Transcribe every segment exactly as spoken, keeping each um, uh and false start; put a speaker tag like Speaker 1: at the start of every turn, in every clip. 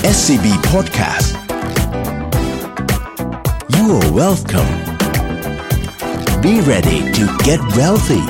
Speaker 1: เอส ซี บี Podcast You are welcome Be ready to get wealthy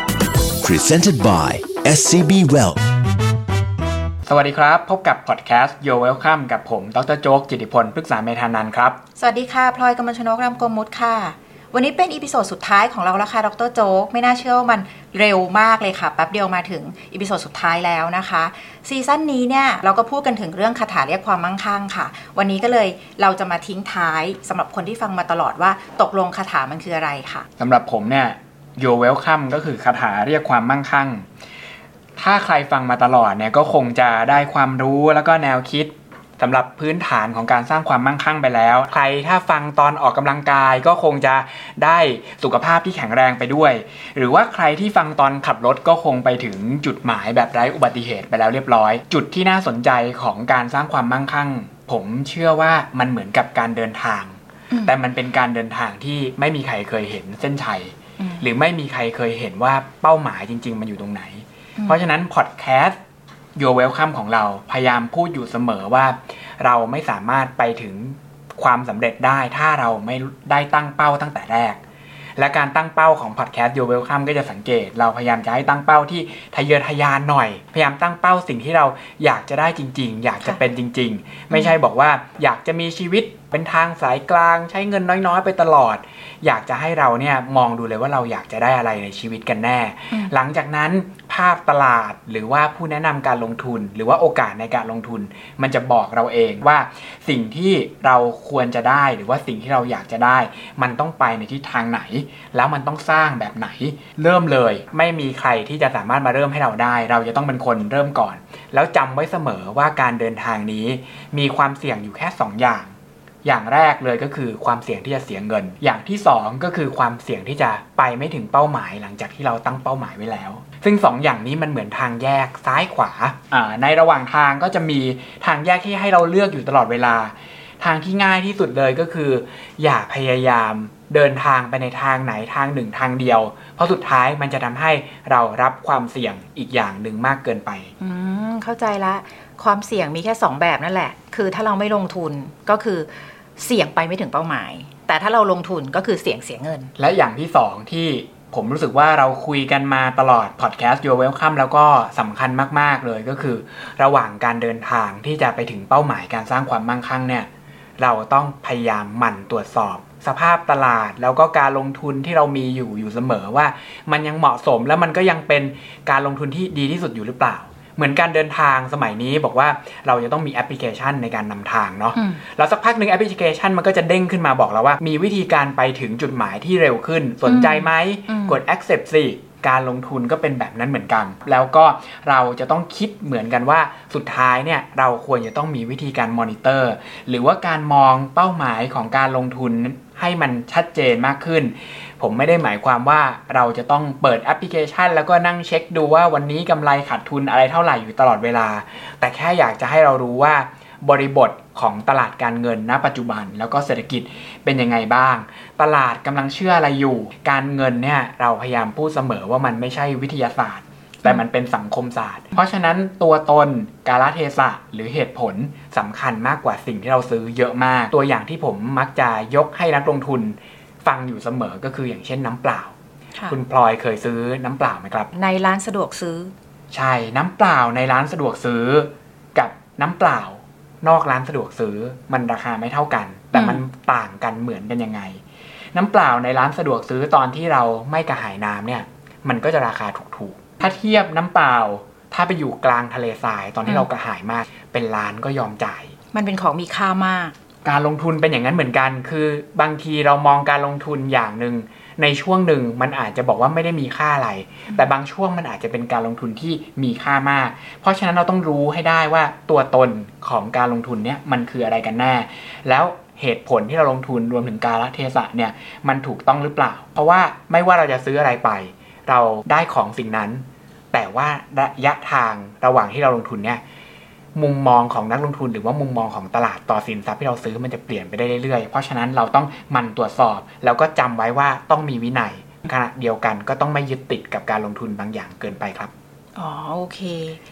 Speaker 1: Presented by เอส ซี บี Wealth
Speaker 2: สวัสดีครับพบกับพอดแคสต์ You're Welcome กับผมดร.โจ๊กจิตติพลพฤกษาเมธานันท์ครับ
Speaker 3: สวัสดีค่ะพลอยกมลชนกรำกมมุตค่ะวันนี้เป็นอีพิโซดสุดท้ายของเราแล้วค่ะดร.โจ๊กไม่น่าเชื่อว่ามันเร็วมากเลยค่ะแป๊บเดียวมาถึงอีพิโซดสุดท้ายแล้วนะคะซีซั่นนี้เนี่ยเราก็พูดกันถึงเรื่องคาถาเรียกความมั่งคั่งค่ะวันนี้ก็เลยเราจะมาทิ้งท้ายสำหรับคนที่ฟังมาตลอดว่าตกลงคาถามันคืออะไรค่ะ
Speaker 2: สำหรับผมเนี่ย You're Welcome ก็คือคาถาเรียกความมั่งคั่งถ้าใครฟังมาตลอดเนี่ยก็คงจะได้ความรู้แล้วก็แนวคิดสำหรับพื้นฐานของการสร้างความมั่งคั่งไปแล้วใครถ้าฟังตอนออกกำลังกายก็คงจะได้สุขภาพที่แข็งแรงไปด้วยหรือว่าใครที่ฟังตอนขับรถก็คงไปถึงจุดหมายแบบไร้อุบัติเหตุไปแล้วเรียบร้อยจุดที่น่าสนใจของการสร้างความมั่งคั่งผมเชื่อว่ามันเหมือนกับการเดินทางแต่มันเป็นการเดินทางที่ไม่มีใครเคยเห็นเส้นชัยหรือไม่มีใครเคยเห็นว่าเป้าหมายจริงๆมันอยู่ตรงไหนเพราะฉะนั้นพอดแคสต์ You're Welcome ของเราพยายามพูดอยู่เสมอว่าเราไม่สามารถไปถึงความสำเร็จได้ถ้าเราไม่ได้ตั้งเป้าตั้งแต่แรกและการตั้งเป้าของพอดแคสต์ You're Welcome ก็จะสังเกตเราพยายามจะให้ตั้งเป้าที่ทะเยอทะยานหน่อยพยายามตั้งเป้าสิ่งที่เราอยากจะได้จริงๆอยากจะเป็นจริงๆไม่ใช่บอกว่าอยากจะมีชีวิตเป็นทางสายกลางใช้เงินน้อยๆไปตลอดอยากจะให้เราเนี่ยมองดูเลยว่าเราอยากจะได้อะไรในชีวิตกันแน่หลังจากนั้นภาพตลาดหรือว่าผู้แนะนำการลงทุนหรือว่าโอกาสในการลงทุนมันจะบอกเราเองว่าสิ่งที่เราควรจะได้หรือว่าสิ่งที่เราอยากจะได้มันต้องไปในทิศทางไหนแล้วมันต้องสร้างแบบไหนเริ่มเลยไม่มีใครที่จะสามารถมาเริ่มให้เราได้เราจะต้องเป็นคนเริ่มก่อนแล้วจำไว้เสมอว่าการเดินทางนี้มีความเสี่ยงอยู่แค่สองอย่างอย่างแรกเลยก็คือความเสี่ยงที่จะเสียเงินอย่างที่สองก็คือความเสี่ยงที่จะไปไม่ถึงเป้าหมายหลังจากที่เราตั้งเป้าหมายไว้แล้วซึ่งสองอย่างนี้มันเหมือนทางแยกซ้ายขวาอ่าในระหว่างทางก็จะมีทางแยกที่ให้เราเลือกอยู่ตลอดเวลาทางที่ง่ายที่สุดเลยก็คืออย่าพยายามเดินทางไปในทางไหนทางหนึ่งทางเดียวเพราะสุดท้ายมันจะทำให้เรารับความเสี่ยงอีกอย่างหนึ่งมากเกินไป
Speaker 3: อืมเข้าใจละความเสี่ยงมีแค่สองแบบนั่นแหละคือถ้าเราไม่ลงทุนก็คือเสี่ยงไปไม่ถึงเป้าหมายแต่ถ้าเราลงทุนก็คือเสี่ยงเสียเงิน
Speaker 2: และอย่างที่สองที่ผมรู้สึกว่าเราคุยกันมาตลอดพอดแคสต์ You're Welcome แล้วก็สำคัญมากๆเลยก็คือระหว่างการเดินทางที่จะไปถึงเป้าหมายการสร้างความมั่งคั่งเนี่ยเราต้องพยายามหมั่นตรวจสอบสภาพตลาดแล้วก็การลงทุนที่เรามีอยู่อยู่เสมอว่ามันยังเหมาะสมและมันก็ยังเป็นการลงทุนที่ดีที่สุดอยู่หรือเปล่าเหมือนการเดินทางสมัยนี้บอกว่าเราจะต้องมีแอปพลิเคชันในการนำทางเนาะแล้วสักพักหนึ่งแอปพลิเคชันมันก็จะเด้งขึ้นมาบอกเราว่ามีวิธีการไปถึงจุดหมายที่เร็วขึ้นสนใจไหมกด accept สิการลงทุนก็เป็นแบบนั้นเหมือนกันแล้วก็เราจะต้องคิดเหมือนกันว่าสุดท้ายเนี่ยเราควรจะต้องมีวิธีการมอนิเตอร์หรือว่าการมองเป้าหมายของการลงทุนให้มันชัดเจนมากขึ้นผมไม่ได้หมายความว่าเราจะต้องเปิดแอปพลิเคชันแล้วก็นั่งเช็คดูว่าวันนี้กำไรขาดทุนอะไรเท่าไหร่อยู่ตลอดเวลาแต่แค่อยากจะให้เรารู้ว่าบริบทของตลาดการเงินณปัจจุบันแล้วก็เศรษฐกิจเป็นยังไงบ้างตลาดกำลังเชื่ออะไรอยู่การเงินเนี่ยเราพยายามพูดเสมอว่ามันไม่ใช่วิทยาศาสตร์แต่มันเป็นสังคมศาสตร์เพราะฉะนั้นตัวตนกาลเทศะหรือเหตุผลสำคัญมากกว่าสิ่งที่เราซื้อเยอะมากตัวอย่างที่ผมมักจะยกให้นักลงทุนฟังอยู่เสมอก็คืออย่างเช่นน้ำเปล่าคุณพลอยเคยซื้อน้ำเปล่าไหมครับ
Speaker 3: ในร้านสะดวกซื้อ
Speaker 2: ใช่น้ำเปล่าในร้านสะดวกซื้อกับน้ำเปล่านอกร้านสะดวกซื้อมันราคาไม่เท่ากันแต่มันต่างกันเหมือนกันยังไงน้ำเปล่าในร้านสะดวกซื้อตอนที่เราไม่กระหายน้ำเนี่ยมันก็จะราคาถูกๆถ้าเทียบน้ำเปล่าถ้าไปอยู่กลางทะเลทรายตอนที่เรากระหายมากเป็นล้านก็ยอมจ่าย
Speaker 3: มันเป็นของมีค่ามาก
Speaker 2: การลงทุนเป็นอย่างนั้นเหมือนกันคือบางทีเรามองการลงทุนอย่างหนึ่งในช่วงหนึ่งมันอาจจะบอกว่าไม่ได้มีค่าอะไรแต่บางช่วงมันอาจจะเป็นการลงทุนที่มีค่ามากเพราะฉะนั้นเราต้องรู้ให้ได้ว่าตัวตนของการลงทุนเนี่ยมันคืออะไรกันแน่แล้วเหตุผลที่เราลงทุนรวมถึงกาลเทศะเนี่ยมันถูกต้องหรือเปล่าเพราะว่าไม่ว่าเราจะซื้ออะไรไปเราได้ของสิ่งนั้นแต่ว่าระยะทางระหว่างที่เราลงทุนเนี่ยมุมมองของนักลงทุนหรือว่ามุมมองของตลาดต่อสินทรัพย์ที่เราซื้อมันจะเปลี่ยนไปได้เรื่อยๆเพราะฉะนั้นเราต้องหมั่นตรวจสอบแล้วก็จำไว้ว่าต้องมีวินัยขณะเดียวกันก็ต้องไม่ยึดติดกับการลงทุนบางอย่างเกินไปครับ
Speaker 3: อ๋อโอเค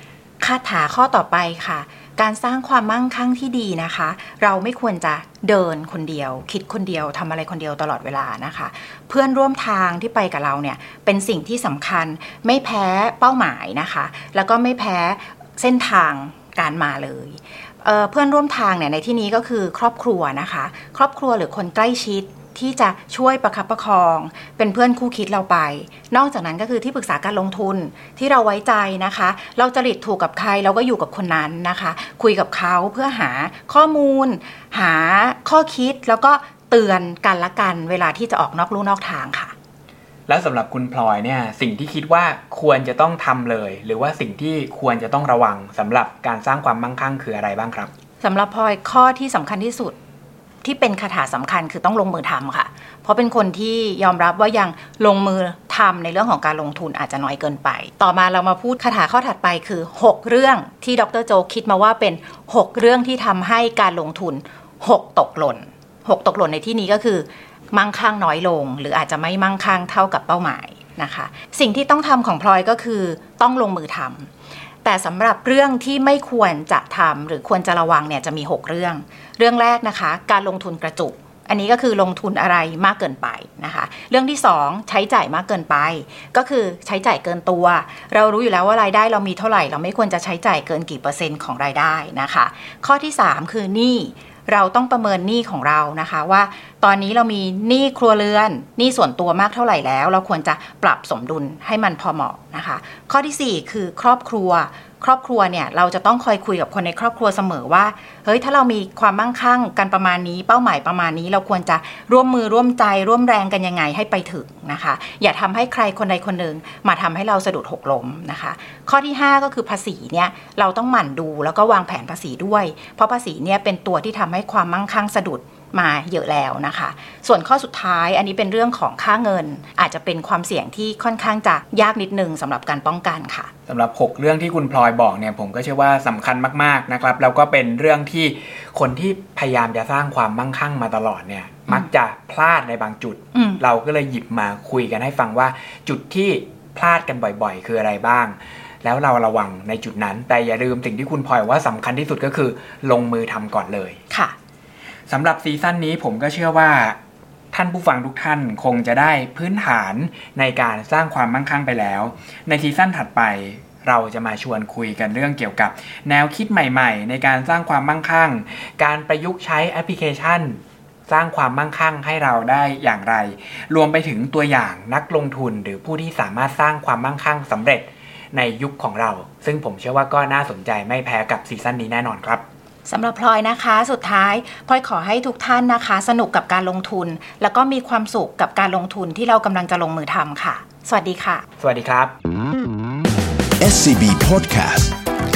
Speaker 3: คาถาข้อต่อไปค่ะการสร้างความมั่งคั่งที่ดีนะคะเราไม่ควรจะเดินคนเดียวคิดคนเดียวทำอะไรคนเดียวตลอดเวลานะคะเพื่อนร่วมทางที่ไปกับเราเนี่ยเป็นสิ่งที่สำคัญไม่แพ้เป้าหมายนะคะแล้วก็ไม่แพ้เส้นทางการมาเลยเอ่อเพื่อนร่วมทางเนี่ยในที่นี้ก็คือครอบครัวนะคะครอบครัวหรือคนใกล้ชิดที่จะช่วยประคับประคองเป็นเพื่อนคู่คิดเราไปนอกจากนั้นก็คือที่ปรึกษาการลงทุนที่เราไว้ใจนะคะเราจริตถูกกับใครเราก็อยู่กับคนนั้นนะคะคุยกับเขาเพื่อหาข้อมูลหาข้อคิดแล้วก็เตือนกันละกันเวลาที่จะออกนอกลู่นอกทางค่ะ
Speaker 2: แล้วสำหรับคุณพลอยเนี่ยสิ่งที่คิดว่าควรจะต้องทำเลยหรือว่าสิ่งที่ควรจะต้องระวังสำหรับการสร้างความมั่งคั่งคืออะไรบ้างครับ
Speaker 3: สำหรับพลอยข้อที่สำคัญที่สุดที่เป็นคาถาสำคัญคือต้องลงมือทำค่ะเพราะเป็นคนที่ยอมรับว่ายังลงมือทำในเรื่องของการลงทุนอาจจะน้อยเกินไปต่อมาเรามาพูดคาถาข้อถัดไปคือหกเรื่องที่ดร.โจคิดมาว่าเป็นหกเรื่องที่ทำให้การลงทุนหกตกหล่นหกตกหล่นในที่นี้ก็คือมั่งคั่งน้อยลงหรืออาจจะไม่มั่งคั่งเท่ากับเป้าหมายนะคะสิ่งที่ต้องทำของพลอยก็คือต้องลงมือทำแต่สำหรับเรื่องที่ไม่ควรจะทำหรือควรจะระวังเนี่ยจะมีหกเรื่องเรื่องแรกนะคะการลงทุนกระจุกอันนี้ก็คือลงทุนอะไรมากเกินไปนะคะเรื่องที่สองใช้จ่ายมากเกินไปก็คือใช้จ่ายเกินตัวเรารู้อยู่แล้วว่ารายได้เรามีเท่าไหร่เราไม่ควรจะใช้จ่ายเกินกี่เปอร์เซ็นต์ของรายได้นะคะข้อที่สามคือหนี้เราต้องประเมินหนี้ของเรานะคะว่าตอนนี้เรามีหนี้ครัวเรือนหนี้ส่วนตัวมากเท่าไหร่แล้วเราควรจะปรับสมดุลให้มันพอเหมาะนะคะข้อที่สี่คือครอบครัวครอบครัวเนี่ยเราจะต้องคอยคุยกับคนในครอบครัวเสมอว่าเฮ้ยถ้าเรามีความมั่งคั่งกันประมาณนี้เป้าหมายประมาณนี้เราควรจะร่วมมือร่วมใจร่วมแรงกันยังไงให้ไปถึงนะคะอย่าทำให้ใครคนใดคนหนึ่งมาทำให้เราสะดุดหกล้มนะคะข้อที่ห้าก็คือภาษีเนี่ยเราต้องหมั่นดูแล้วก็วางแผนภาษีด้วยเพราะภาษีเนี่ยเป็นตัวที่ทำให้ความมั่งคั่งสะดุดมาเยอะแล้วนะคะส่วนข้อสุดท้ายอันนี้เป็นเรื่องของค่าเงินอาจจะเป็นความเสี่ยงที่ค่อนข้างจะยากนิดนึงสำหรับการป้องกันค่ะ
Speaker 2: สำหรับหกเรื่องที่คุณพลอยบอกเนี่ยผมก็เชื่อว่าสำคัญมากๆนะครับแล้วก็เป็นเรื่องที่คนที่พยายามจะสร้างความมั่งคั่งมาตลอดเนี่ยมักจะพลาดในบางจุดเราก็เลยหยิบมาคุยกันให้ฟังว่าจุดที่พลาดกันบ่อยๆคืออะไรบ้างแล้วเราระวังในจุดนั้นแต่อย่าลืมสิ่งที่คุณพลอยว่าสำคัญที่สุดก็คือลงมือทำก่อนเลย
Speaker 3: ค่ะ
Speaker 2: สำหรับซีซั่นนี้ผมก็เชื่อว่าท่านผู้ฟังทุกท่านคงจะได้พื้นฐานในการสร้างความมั่งคั่งไปแล้วในซีซั่นถัดไปเราจะมาชวนคุยกันเรื่องเกี่ยวกับแนวคิดใหม่ๆในการสร้างความมั่งคั่งการประยุกต์ใช้แอปพลิเคชันสร้างความมั่งคั่งให้เราได้อย่างไรรวมไปถึงตัวอย่างนักลงทุนหรือผู้ที่สามารถสร้างความมั่งคั่งสำเร็จในยุคของเราซึ่งผมเชื่อว่าก็น่าสนใจไม่แพ้กับซีซั่นนี้แน่นอนครับ
Speaker 3: สำหรับพลอยนะคะสุดท้ายพลอยขอให้ทุกท่านนะคะสนุกกับการลงทุนแล้วก็มีความสุขกับการลงทุนที่เรากำลังจะลงมือทำค่ะสวัสดีค่ะ
Speaker 2: สวัสดีครับ
Speaker 1: เอส ซี บี Podcast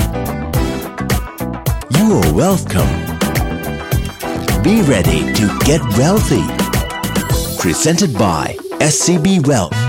Speaker 1: You are welcome Be ready to get wealthy Presented by เอส ซี บี Wealth